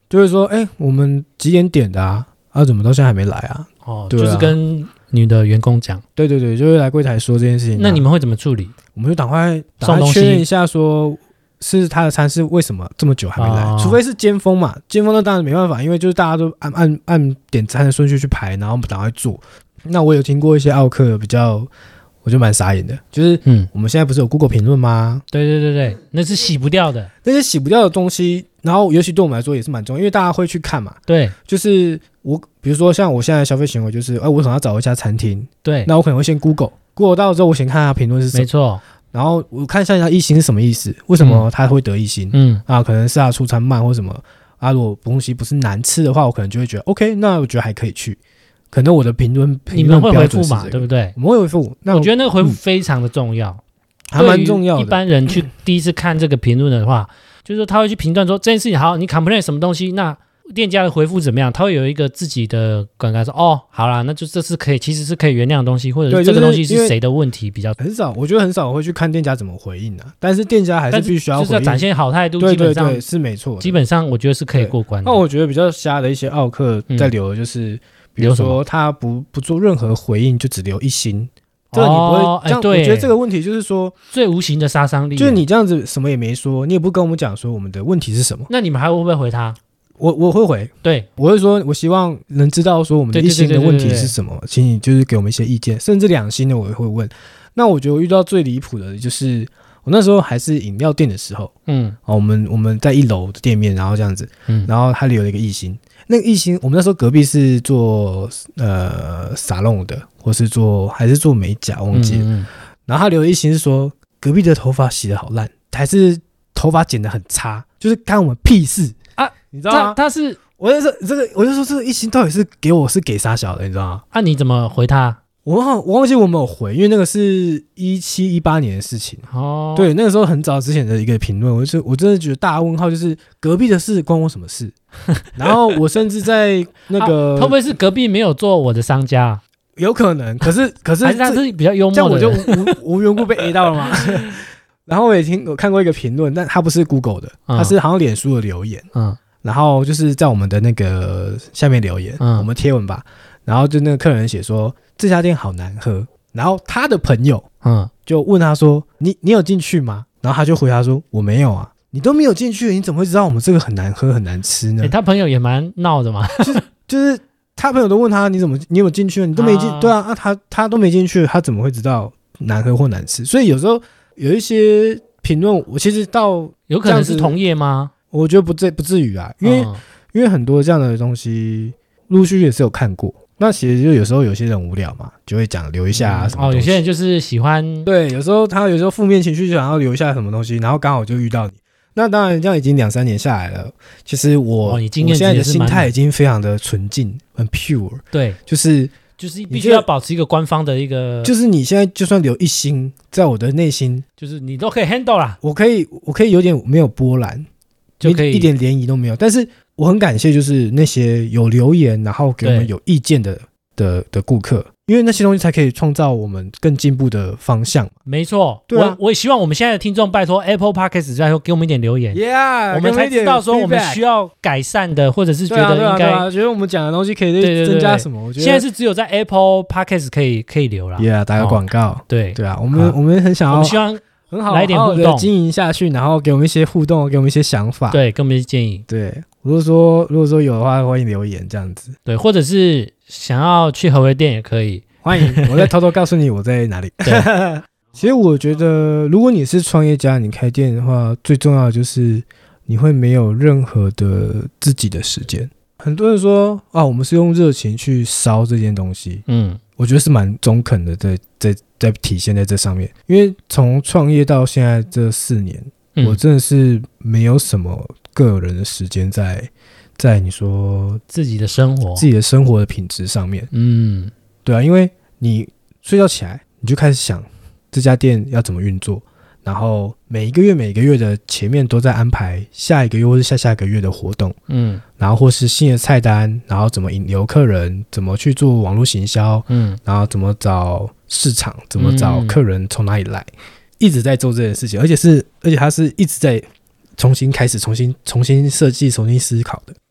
就会说，哎、欸，我们几点点的啊？啊，怎么到现在还没来啊？ 哦， 对啊， 就是跟你的员工讲， 对对对，就会来柜台说这件事情、啊。 那你们会怎么处理？ 我们就赶快送东西确认一下说，是他的餐是为什么这么久还没来？哦、除非是尖峰嘛，尖峰那当然没办法，因为就是大家都按按按点餐的顺序去排，然后我们赶快做。那我有听过一些奥客比较，我就蛮傻眼的，就是嗯，我们现在不是有 Google 评论吗？ 对对对对，那是洗不掉的， 那些洗不掉的东西，然后尤其对我们来说也是蛮重要，因为大家会去看嘛。 对， 就是我比如说像我现在的消费行为就是，哎、呃，我想要找一家餐厅， 对， 那我可能会先 Google Google 到之后，我先看他评论是什么， 没错。 然后我看一下他一星是什么意思，为什么他会得一星？嗯啊，可能是他出餐慢或什么啊。如果东西不是难吃的话，我可能就会觉得 OK， 那我觉得还可以去。可能我的评论你们会回复嘛，对不对？ 我们会回复。那我, 我觉得那个回复非常的重要，嗯、 还蛮重要的。 一般人去第一次看这个评论的话，就是说他会去评断说这件事情好，你 complain 什么东西，那店家的回复怎么样？他会有一个自己的感觉说，哦，好啦，那就这是可以，其实是可以原谅的东西，或者是这个东西是谁的问题比较很少，我觉得很少会去看店家怎么回应啊。但是店家还是必须要回应， 就是要展现好态度， 对对对， 基本上是没错。 基本上我觉得是可以过关的。 那我觉得比较瞎的一些奥客在留的就是。嗯比如说他不不做任何回应，就只留一星，这个你不会、哦、这样、欸。我觉得这个问题就是说最无形的杀伤力， 就是你这样子什么也没说，你也不跟我们讲说我们的问题是什么。 那你们还会不会回他？ 我我会回， 对， 我会说，我希望能知道说我们的一星的问题是什么，对对对对对对，请你就是给我们一些意见，甚至两星的我也会问。那我觉得我遇到最离谱的就是我那时候还是饮料店的时候，嗯，哦、我们我们在一楼的店面，然后这样子，嗯，然后他留了一个一星。那个一星，我们那时候隔壁是做呃沙龙的，或是做还是做美甲，忘记了。嗯嗯，然后他留的一星是说隔壁的头发洗得好烂，还是头发剪得很差，就是干我们屁事啊！你知道吗？ 他, 他是， 我就说这个，我就说这个一星到底是给我是给啥小的，你知道吗？ 啊，你怎么回他？ 我忘我忘记我没有回，因为那个是一七一八年的事情哦。对，那个时候很早之前的一个评论，我就我真的觉得大问号，就是隔壁的事关我什么事？然后我甚至在那个、 啊、会不会是隔壁没有做我的商家？ 有可能，可是可是还是他是比较幽默的， 这样我就无无缘故被 A 到了吗？然后我也听我看过一个评论，但他不是 Google 的，他是好像脸书的留言，嗯，然后就是在我们的那个下面留言，嗯，我们贴文吧，然后就那个客人写说这家店好难喝，然后他的朋友，嗯，就问他说你你有进去吗？然后他就回答说我没有啊。你都没有进去，你怎么会知道我们这个很难喝很难吃呢？ 欸、他朋友也蛮闹的嘛， 就是就是他朋友都问他你怎么你有进去，你都没进，啊对啊，啊他他都没进去，他怎么会知道难喝或难吃？所以有时候有一些评论，我其实到有可能是同业吗？ 我觉得不至不至于啊，因为、嗯、因为很多这样的东西陆续也是有看过。那其实就有时候有些人无聊嘛，就会讲留一下啊什么、嗯、 哦，有些人就是喜欢对，有时候他有时候负面情绪就想要留一下什么东西，然后刚好就遇到你。那当然，这样已经两三年下来了。其实我，哦、你经验我现在的心态已经非常的纯净，很 pure。 对， 就是就是必须要保持一个官方的一个， 就是你现在就算留一星，在我的内心， 就是你都可以 handle 啦。 我可以，我可以有点没有波澜， 就可以一点涟漪都没有。但是我很感谢，就是那些有留言，然后给我们有意见的的的顾客。因为那些东西才可以创造我们更进步的方向。 没错， 对啊， 我我也希望我们现在的听众拜托 Apple Podcast 再说给我们一点留言 ，Yeah， 我们才知道说我们需要改善的，或者是觉得应该， 对啊对啊对啊，觉得我们讲的东西可以增加什么？我觉得现在是只有在 Apple Podcast 可以可以留啦 ，Yeah， 打个广告，哦、 对对啊，我们、啊、我们很想要， 我们希望很好来一点互动经营下去，然后给我们一些互动，给我们一些想法， 对，给我们一些建议， 对。如果说如果说有的话，欢迎留言这样子， 对，或者是想要去合肥店也可以。 欢迎，我再偷偷告诉你我在哪里。其实我觉得，如果你是创业家，你开店的话，最重要的就是你会没有任何的自己的时间。很多人说啊，我们是用热情去烧这件东西，嗯，我觉得是蛮中肯的在，在在在体现在这上面。因为从创业到现在这四年，嗯、我真的是没有什么个人的时间在在你说自己的生活、 自己的生活的品质上面，嗯。对啊，因为你睡觉起来，你就开始想这家店要怎么运作，然后每一个月每一个月的前面都在安排下一个月或是下下个月的活动，嗯，然后或是新的菜单，然后怎么引流客人，怎么去做网络行销，嗯，然后怎么找市场，怎么找客人从哪里来，嗯、一直在做这件事情，而且是而且他是一直在重新开始、重新重新设计、重新思考的。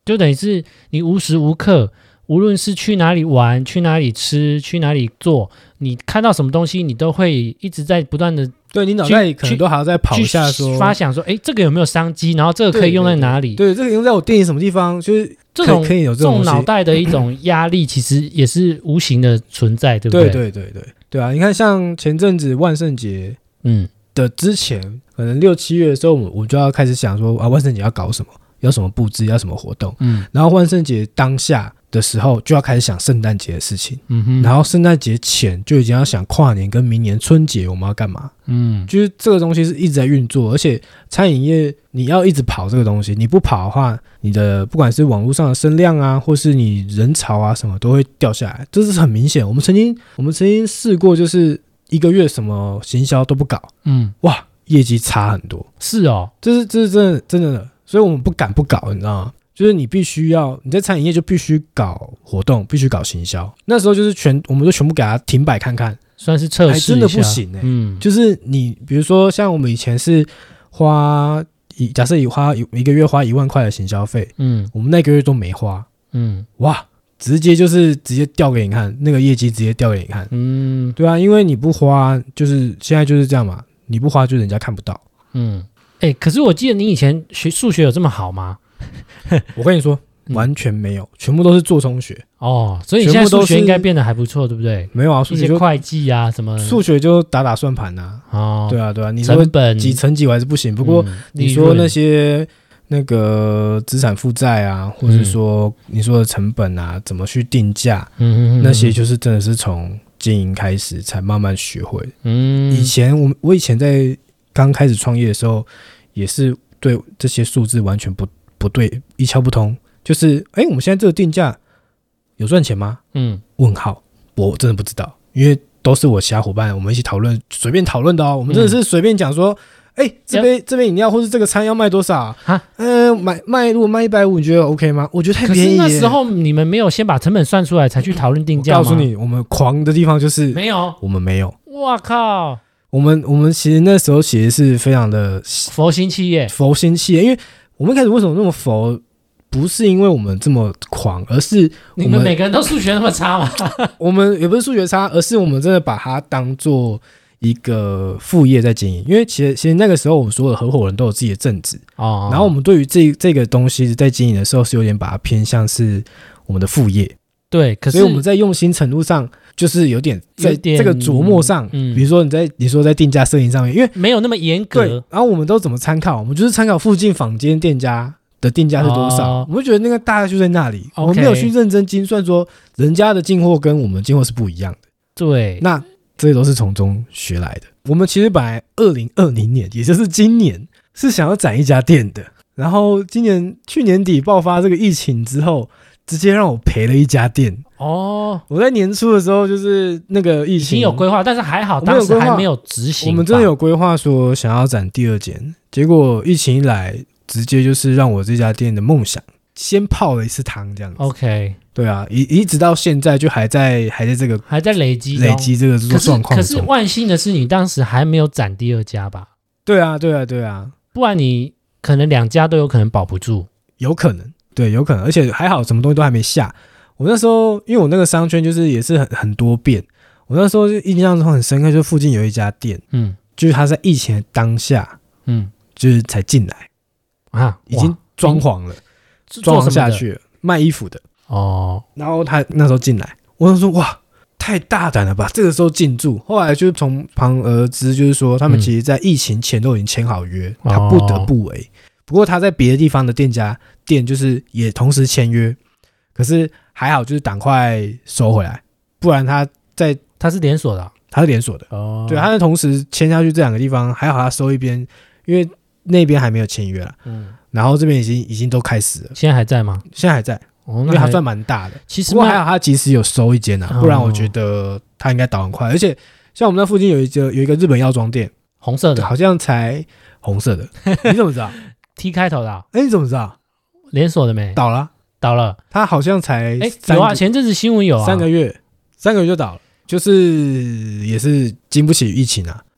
就等于是你无时无刻，无论是去哪里玩、去哪里吃、去哪里做，你看到什么东西，你都会一直在不断的。 对你脑袋里可能都还要再跑一下说， 发想说，哎，这个有没有商机？然后这个可以用在哪里？ 对，对对对这个用在我店里什么地方？就是这种可以有这种脑袋的一种压力，其实也是无形的存在，对不对？ 对对对对对啊！你看，像前阵子万圣节，嗯的之前，可能六七月的时候，我我就要开始想说啊，万圣节要搞什么？要什么布置？要什么活动？嗯，然后万圣节当下的时候就要开始想圣诞节的事情，嗯哼，然后圣诞节前就已经要想跨年跟明年春节我们要干嘛，嗯，就是这个东西是一直在运作，而且餐饮业你要一直跑这个东西，你不跑的话，你的不管是网络上的声量啊，或是你人潮啊什么都会掉下来，这是很明显。我们曾经我们曾经试过，就是一个月什么行销都不搞，嗯，哇，业绩差很多， 是哦， 这是这是真的真的，所以我们不敢不搞，你知道吗？就是你必须要你在餐饮业就必须搞活动，必须搞行销。那时候就是全我们就全部给它停摆看看， 算是测试一下， 真的不行哎、欸。嗯，就是你比如说像我们以前是花以假设以花一个月花一万块的行销费，嗯，我们那个月都没花，嗯，哇，直接就是直接调给你看，那个业绩直接调给你看，嗯，对啊，因为你不花，就是现在就是这样嘛，你不花就人家看不到， 嗯，哎、欸，可是我记得你以前学数学有这么好吗？ 我跟你说，完全没有，全部都是做中学哦，所以你现在数学应该变得还不错，对不对？ 没有啊，数学一些会计啊什么， 数学就打打算盘啊，哦，对啊对啊，你说成本几乘几我还是不行，不过你说那些那个资产负债啊，或者说你说的成本啊，怎么去定价，嗯，那些就是真的是从经营开始才慢慢学会。嗯，以前我我以前在刚开始创业的时候，也是对这些数字完全不。不对，一窍不通，就是哎，我们现在这个定价有赚钱吗？嗯，问号，我真的不知道，因为都是我其他伙伴我们一起讨论，随便讨论的哦。我们真的是随便讲说，哎、嗯，这杯这杯饮料或是这个餐要卖多少啊？嗯、呃，买卖如果卖一百五，你觉得 OK 吗？我觉得太便宜。 可是那时候你们没有先把成本算出来才去讨论定价吗？ 我告诉你，我们狂的地方就是没有， 我们没有。 哇靠！ 我们我们其实那时候其实是非常的佛心企业， 佛心企业，因为。我们一开始为什么那么佛？不是因为我们这么狂，而是我们你们每个人都数学那么差吗？ 我们也不是数学差，而是我们真的把它当做一个副业在经营。因为其实其实那个时候我们所有的合伙人都有自己的正职哦，然后我们对于这这个东西在经营的时候是有点把它偏向是我们的副业。 对，可是所以我们在用心程度上就是有点在这个琢磨上，嗯，比如说你在你说在定价设定上面，因为没有那么严格， 对，然后我们都怎么参考？我们就是参考附近坊间店家的定价是多少，哦、我们觉得那个大概就在那里， okay, 我们没有去认真精算说人家的进货跟我们进货是不一样的。 对， 那这些都是从中学来的。我们其实本来二零二零年，也就是今年，是想要展一家店的，然后今年去年底爆发这个疫情之后。直接让我赔了一家店哦！我在年初的时候，就是那个疫情已经有规划，但是还好当时还没有执行。 我们真的有规划说想要展第二间，结果疫情一来，直接就是让我这家店的梦想先泡了一次汤，这样子。 OK， 对啊，一一直到现在就还在还在这个还在累积累积这个状况中。 可是万幸的是，你当时还没有展第二家吧？ 对啊，对啊，对啊， 不然你可能两家都有可能保不住， 有可能。对，有可能，而且还好，什么东西都还没下。我那时候，因为我那个商圈就是也是很很多变，我那时候就印象中很深刻，就附近有一家店，嗯，就是他在疫情的当下，嗯，就是才进来啊，已经装潢了，装潢下去了，卖衣服的哦。然后他那时候进来，我就说哇，太大胆了吧，这个时候进驻。后来就是从旁而知，就是说他们其实在疫情前都已经签好约，嗯、他不得不为。不过他在别的地方的店家店就是也同时签约，可是还好就是赶快收回来，不然他在他是连锁的、啊， 他是连锁的哦，对，他是同时签下去这两个地方，还好他收一边，因为那边还没有签约啦，嗯，然后这边已经已经都开始了， 现在还在吗？ 现在还在，哦、因为他算蛮大的， 其实不过还好他即使有收一间啊，不然我觉得他应该倒很快，而且像我们那附近有一个有一个日本药妆店， 红色的， 好像才红色的，你怎么知道？ T 开头的、啊， 哎，你怎么知道？ 连锁的没倒了， 倒了。 他好像才哎，有啊，前阵子新闻有啊， 三个月，三个月就倒了，就是也是经不起疫情啊。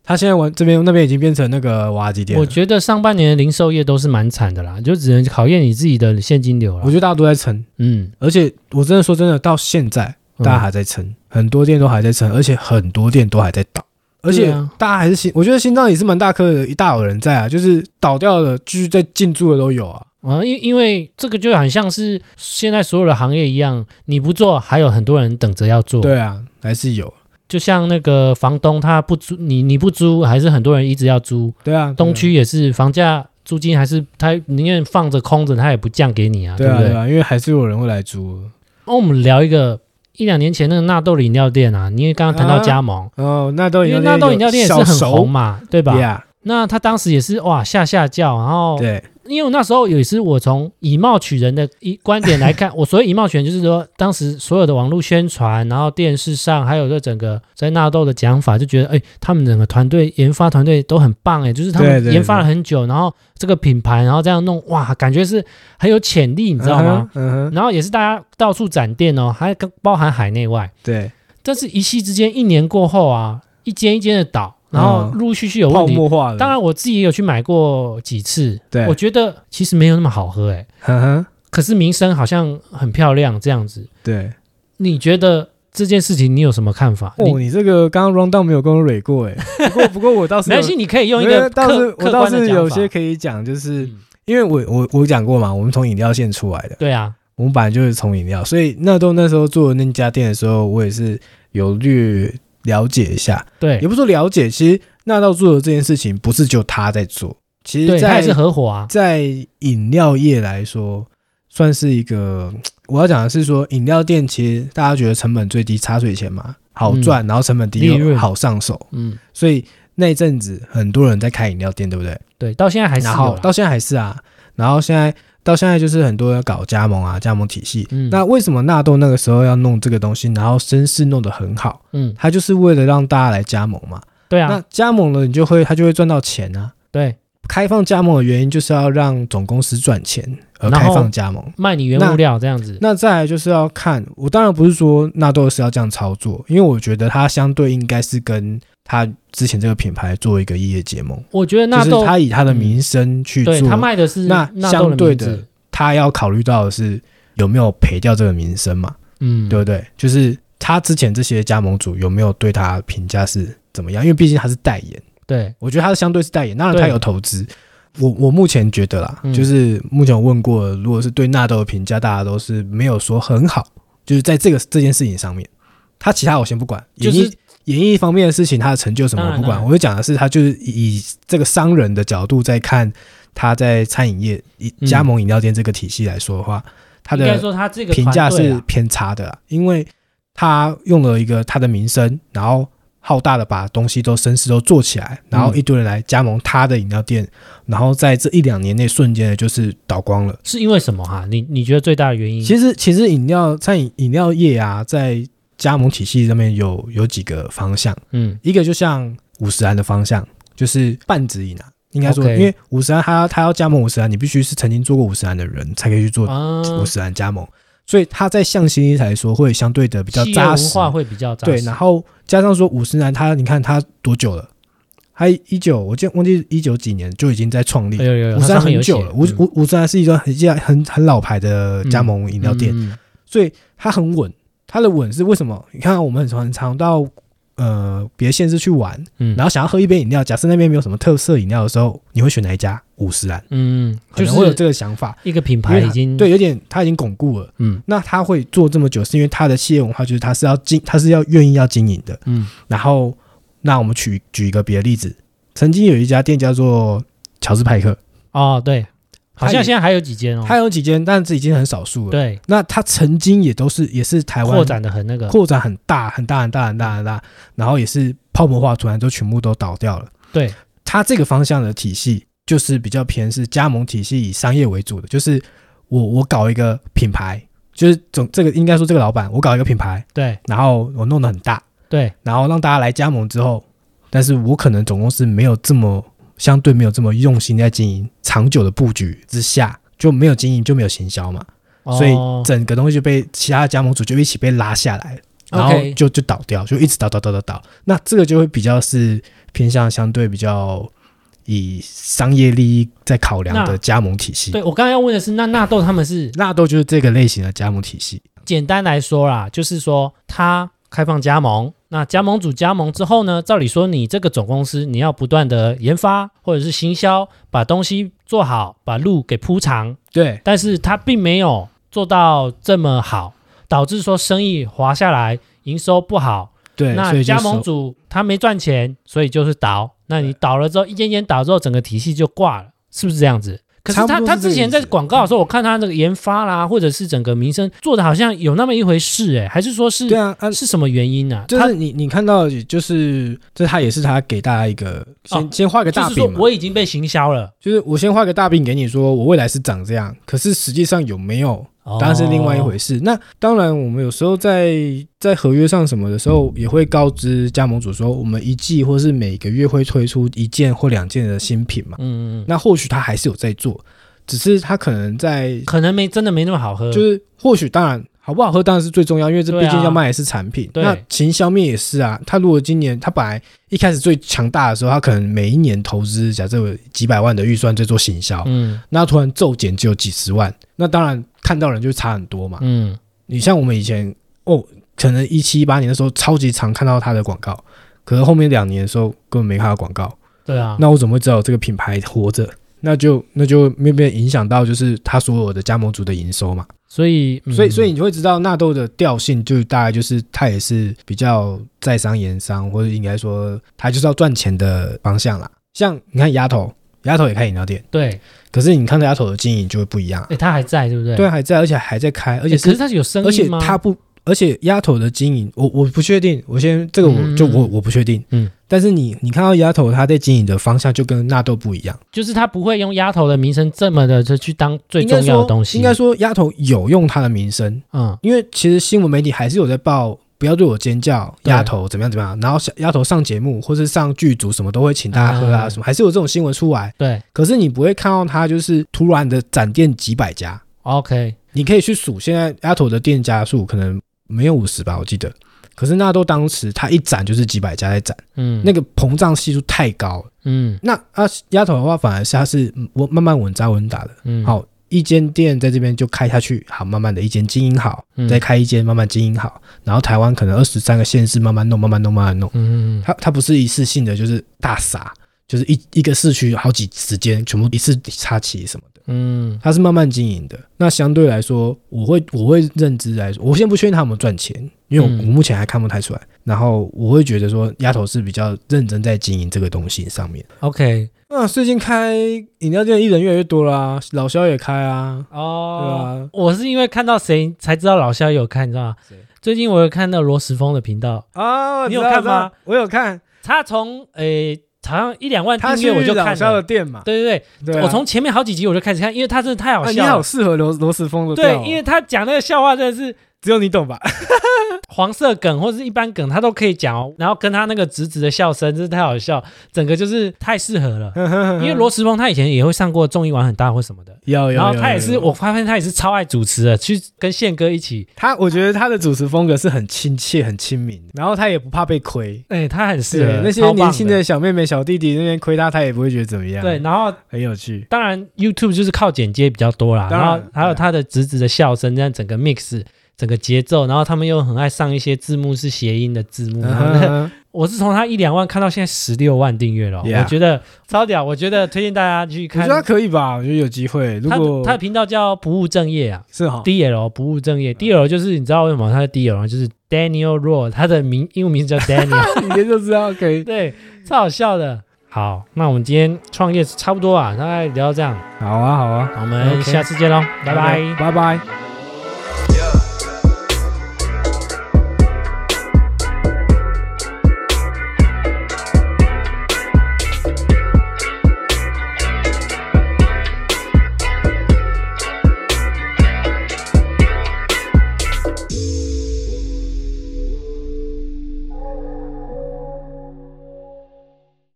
他现在玩这边那边已经变成那个娃娃机店了。 我觉得上半年的零售业都是蛮惨的啦，就只能考验你自己的现金流了。 我觉得大家都在撑， 嗯， 而且我真的说真的，到现在大家还在撑，嗯、很多店都还在撑，而且很多店都还在倒。而且大家还是心，我觉得心脏也是蛮大颗的，一大有人在啊，就是倒掉的，继续在进驻的都有啊。 啊，因因为这个就很像是现在所有的行业一样，你不做，还有很多人等着要做。 对啊，还是有。 就像那个房东他不租，你你不租，还是很多人一直要租。 对啊， 东区也是房价租金还是他宁愿放着空着，他也不降给你啊， 对啊， 对不对？ 对啊，因为还是有人会来租。 那、哦、我们聊一个。一两年前那个纳豆的饮料店啊，因为刚刚谈到加盟、啊、 哦，纳豆饮料店， 因为纳豆饮料店也是很红嘛，对吧？ Yeah. 那他当时也是哇下下叫，然后对， 因为我那时候也是我从以貌取人的一观点来看，我所谓以貌取人就是说，当时所有的网络宣传，然后电视上还有这整个在纳豆的讲法，就觉得哎，他们整个团队研发团队都很棒哎，就是他们研发了很久，然后这个品牌，然后这样弄哇，感觉是很有潜力，你知道吗？ 嗯哼， 然后也是大家到处展店哦，还包含海内外。 对， 但是一夕之间，一年过后啊，一间一间的倒。然后陆陆续续有问题， 泡沫化了。 当然我自己也有去买过几次， 对， 我觉得其实没有那么好喝哎、 欸， 可是名声好像很漂亮这样子。 对， 你觉得这件事情你有什么看法？ 哦，你, 你这个刚刚 round down 没有跟我蕊过哎、欸，不过不过我倒是没关系，你可以用一个倒是我倒是有些可以以讲，就是、嗯、因为我我我讲过嘛，我们从饮料线出来的， 对啊， 我们本来就是从饮料，所以纳豆那时候做的那家店的时候，我也是有略了解一下， 对， 也不说了解，其实纳豆做的这件事情不是就他在做，其实在他也是合伙啊， 在饮料业来说，算是一个我要讲的是说，饮料店其实大家觉得成本最低，茶水钱嘛，好赚、嗯，然后成本低又好上手，嗯，所以那一阵子很多人在开饮料店，对不对？ 对，到现在还是有， 然后到现在还是啊，然后现在。到现在就是很多人搞加盟啊，加盟体系。嗯、那为什么纳豆那个时候要弄这个东西，然后声势弄得很好？嗯，他就是为了让大家来加盟嘛。 对啊。 那加盟了，你就会他就会赚到钱啊。 对。 开放加盟的原因就是要让总公司赚钱而开放加盟， 卖你原物料这样子。 那, 那再来就是要看，我当然不是说纳豆是要这样操作，因为我觉得它相对应该是跟他之前这个品牌做一个异业结盟。 我觉得纳豆就是他以他的名声去做， 嗯、对他卖的是那相对的， 的他要考虑到的是有没有赔掉这个名声嘛？嗯，对不对？就是他之前这些加盟主有没有对他评价是怎么样？因为毕竟他是代言。 对， 我觉得他相对是代言，当然他有投资。我我目前觉得啦、嗯，就是目前我问过，如果是对纳豆的评价，大家都是没有说很好，就是在这个这件事情上面，他其他我先不管，就是演艺演艺方面的事情，他的成就什么我不管，我会讲的是他就是以这个商人的角度在看他在餐饮业以加盟饮料店这个体系来说的话，嗯、他的评价是偏差的啦，因为他用了一个他的名声，然后浩大的把东西都声势都做起来，然后一堆人来加盟他的饮料店、嗯、然后在这一两年内瞬间的就是倒光了。 是因为什么哈？你你觉得最大的原因？ 其实其实饮料餐饮饮料业啊，在加盟体系上面有有几个方向，嗯，一个就像五十嵐的方向，就是半直饮啊，应该说， okay. 因为五十嵐他他要加盟五十嵐，你必须是曾经做过五十嵐的人才可以去做五十嵐加盟。啊，所以它在向心力来说会相对的比较扎实， 文化会比较扎实。 对，然后加上说五十嵐，它你看它多久了？它一九，我记得忘记一九几年就已经在创立， 有有有， 五十嵐很久了。五五五十嵐是一个很很很老牌的加盟饮料店，嗯嗯、所以它很稳。它的稳是为什么？你看我们很常很常到呃别的县市去玩，嗯，然后想要喝一杯饮料，假设那边没有什么特色饮料的时候，你会选哪一家？五十嵐，嗯，可能会有这个想法， 一个品牌已经对有点，它已经巩固了，嗯，那他会做这么久，是因为他的企业文化就是他是要经，他是要愿意要经营的，嗯，然后那我们举举一个别的例子，曾经有一家店叫做乔治派克， 哦，对，好像现在还有几间哦， 还有几间，但是已经很少数了， 对， 那他曾经也都是也是台湾扩展的很那个， 扩展很大很大很大很大很大，然后也是泡沫化，突然都全部都倒掉了， 对， 他这个方向的体系。就是比较偏是加盟体系以商业为主的，就是我我搞一个品牌，就是总这个应该说这个老板我搞一个品牌， 对， 然后我弄得很大， 对， 然后让大家来加盟之后，但是我可能总公司没有这么相对没有这么用心在经营，长久的布局之下就没有经营就没有行销嘛，哦、所以整个东西就被其他的加盟主就一起被拉下来， 然后 OK 就就倒掉，就一直倒倒倒倒倒。那这个就会比较是偏向相对比较以商业利益在考量的加盟体系。 对，我刚刚要问的是，那纳豆他们是纳豆就是这个类型的加盟体系。 简单来说啦，就是说它开放加盟，那加盟主加盟之后呢，照理说你这个总公司你要不断的研发或者是行销，把东西做好，把路给铺长。 对， 但是它并没有做到这么好，导致说生意滑下来，营收不好。 对， 那所以就加盟主他没赚钱，所以就是倒。那你倒了之后，一间间倒之后，整个体系就挂了，是不是这样子？可是他他之前在广告的时候，我看他那个研发啦，或者是整个民生做的好像有那么一回事，哎，还是说是对啊，啊是什么原因啊？ 就是你你看到就是这他也是他给大家一个先、哦、先画个大饼嘛， 就是说我已经被行销了， 就是我先画个大饼给你说我未来是长这样，可是实际上有没有？当然是另外一回事。哦、那当然，我们有时候在在合约上什么的时候，也会告知加盟主说，我们一季或是每个月会推出一件或两件的新品嘛。嗯嗯。那或许他还是有在做，只是他可能在可能没真的没那么好喝。 就是或许当然好不好喝当然是最重要，因为这毕竟要卖的是产品。 对、 啊。那行销面也是啊，他如果今年他本来一开始最强大的时候，他可能每一年投资假设有几百万的预算在做行销，嗯，那突然骤减只有几十万，那当然。看到人就差很多嘛，嗯，你像我们以前哦，可能一七一八年的时候超级常看到他的广告，可是后面两年的时候根本没看到广告， 对啊， 那我怎么会知道这个品牌活着？那就那就没有影响到就是他所有的加盟主的营收嘛， 所以、 嗯、所以所以你就会知道纳豆的调性就大概就是它也是比较在商言商，或者应该说它就是要赚钱的方向啦。像你看丫头。丫头也开饮料店， 对， 可是你看丫头的经营就会不一样、啊， 欸、他还在，对不对？ 对，还在，而且还在开，而且是、 欸、可是他有生意吗？ 而且他不，而且丫头的经营，我我不确定，我先这个我、嗯、就我我不确定，嗯，但是你你看到丫头他在经营的方向就跟纳豆不一样， 就是他不会用丫头的名声这么的去当最重要的东西， 应该说丫头有用他的名声，嗯，因为其实新闻媒体还是有在报。不要对我尖叫，丫头怎么样怎么样？然后丫头上节目或是上剧组什么都会请大家喝啊，什么、嗯、还是有这种新闻出来。 对， 可是你不会看到他就是突然的展店几百家。 OK， 你可以去数，现在丫头的店家数可能没有五十吧，我记得。可是纳豆当时他一展就是几百家在展，嗯，那个膨胀系数太高了，嗯。那啊丫头的话，反而是他是慢慢稳扎稳打的，嗯，好。一间店在这边就开下去，好，慢慢的一间经营好，嗯、再开一间慢慢经营好，然后台湾可能二十三个县市慢慢弄，慢慢弄，慢慢弄。嗯，它它不是一次性的，就是大撒，就是一一个市区好几十间全部一次插旗什么的。嗯，它是慢慢经营的。那相对来说，我会我会认知来说，我先不确定他有没有赚钱，因为 我,、嗯、我目前还看不太出来。然后我会觉得说，丫头是比较认真在经营这个东西上面。 OK。 啊，最近开饮料店的艺人越来越多啦、啊，老萧也开啊。 哦，对啊，我是因为看到谁才知道老萧有开，你知道吗？最近我有看到罗时丰的频道哦， 你有看吗？ 我有看， 他从诶好像一两万订阅我就看了。 他去老萧的店嘛， 对对 对, 对、啊，我从前面好几集我就开始看，因为他真的太好笑了。啊、 你好适合罗罗时丰的调、哦，对，因为他讲那个笑话真的是。 只有你懂吧？ 黄色梗或是一般梗他都可以讲哦，然后跟他那个直直的笑声真是太好笑，整个就是太适合了。因为罗时丰他以前也会上过综艺玩很大或什么的， 有有， 然后他也是我发现他也是超爱主持的，去跟宪哥一起。 他我觉得他的主持风格是很亲切很亲民，然后他也不怕被亏， 哎、欸，他很适合那些年轻的小妹妹小弟弟那边亏他，他也不会觉得怎么样。 对，然后很有趣。 当然 YouTube 就是靠剪接比较多啦，然后还有他的直直的笑声，这样整个 mix。整个节奏，然后他们又很爱上一些字幕是谐音的字幕。Uh-huh. 我是从他一两万看到现在十六万订阅了， yeah. 我觉得超屌。我觉得推荐大家去看。 我觉得他可以吧，我觉得有机会。如果他, 他的频道叫不务正业啊， 是哈 ，D L 不务正业。D L 就是你知道为什么他是 D L 吗？就是 Daniel Raw， 他的名英文名字叫 Daniel， 你就知道可以。 对，超好笑的。好，那我们今天创业差不多啊，大概聊到这样。 好啊，好啊， 我们下次见喽， okay. 拜拜， 拜拜。